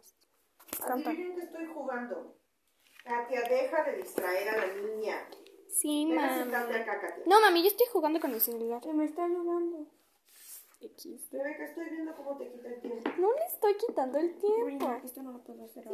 Canta. Adivinen que estoy jugando. Katia, deja de distraer a la niña. Sí, Deja mami. sentarte acá, Katia. No, mami, yo estoy jugando con el celular. Se me está ayudando. X. Rebeca, estoy viendo cómo te quita el tiempo. No le estoy quitando el tiempo. Esto no lo puedo hacer ahora.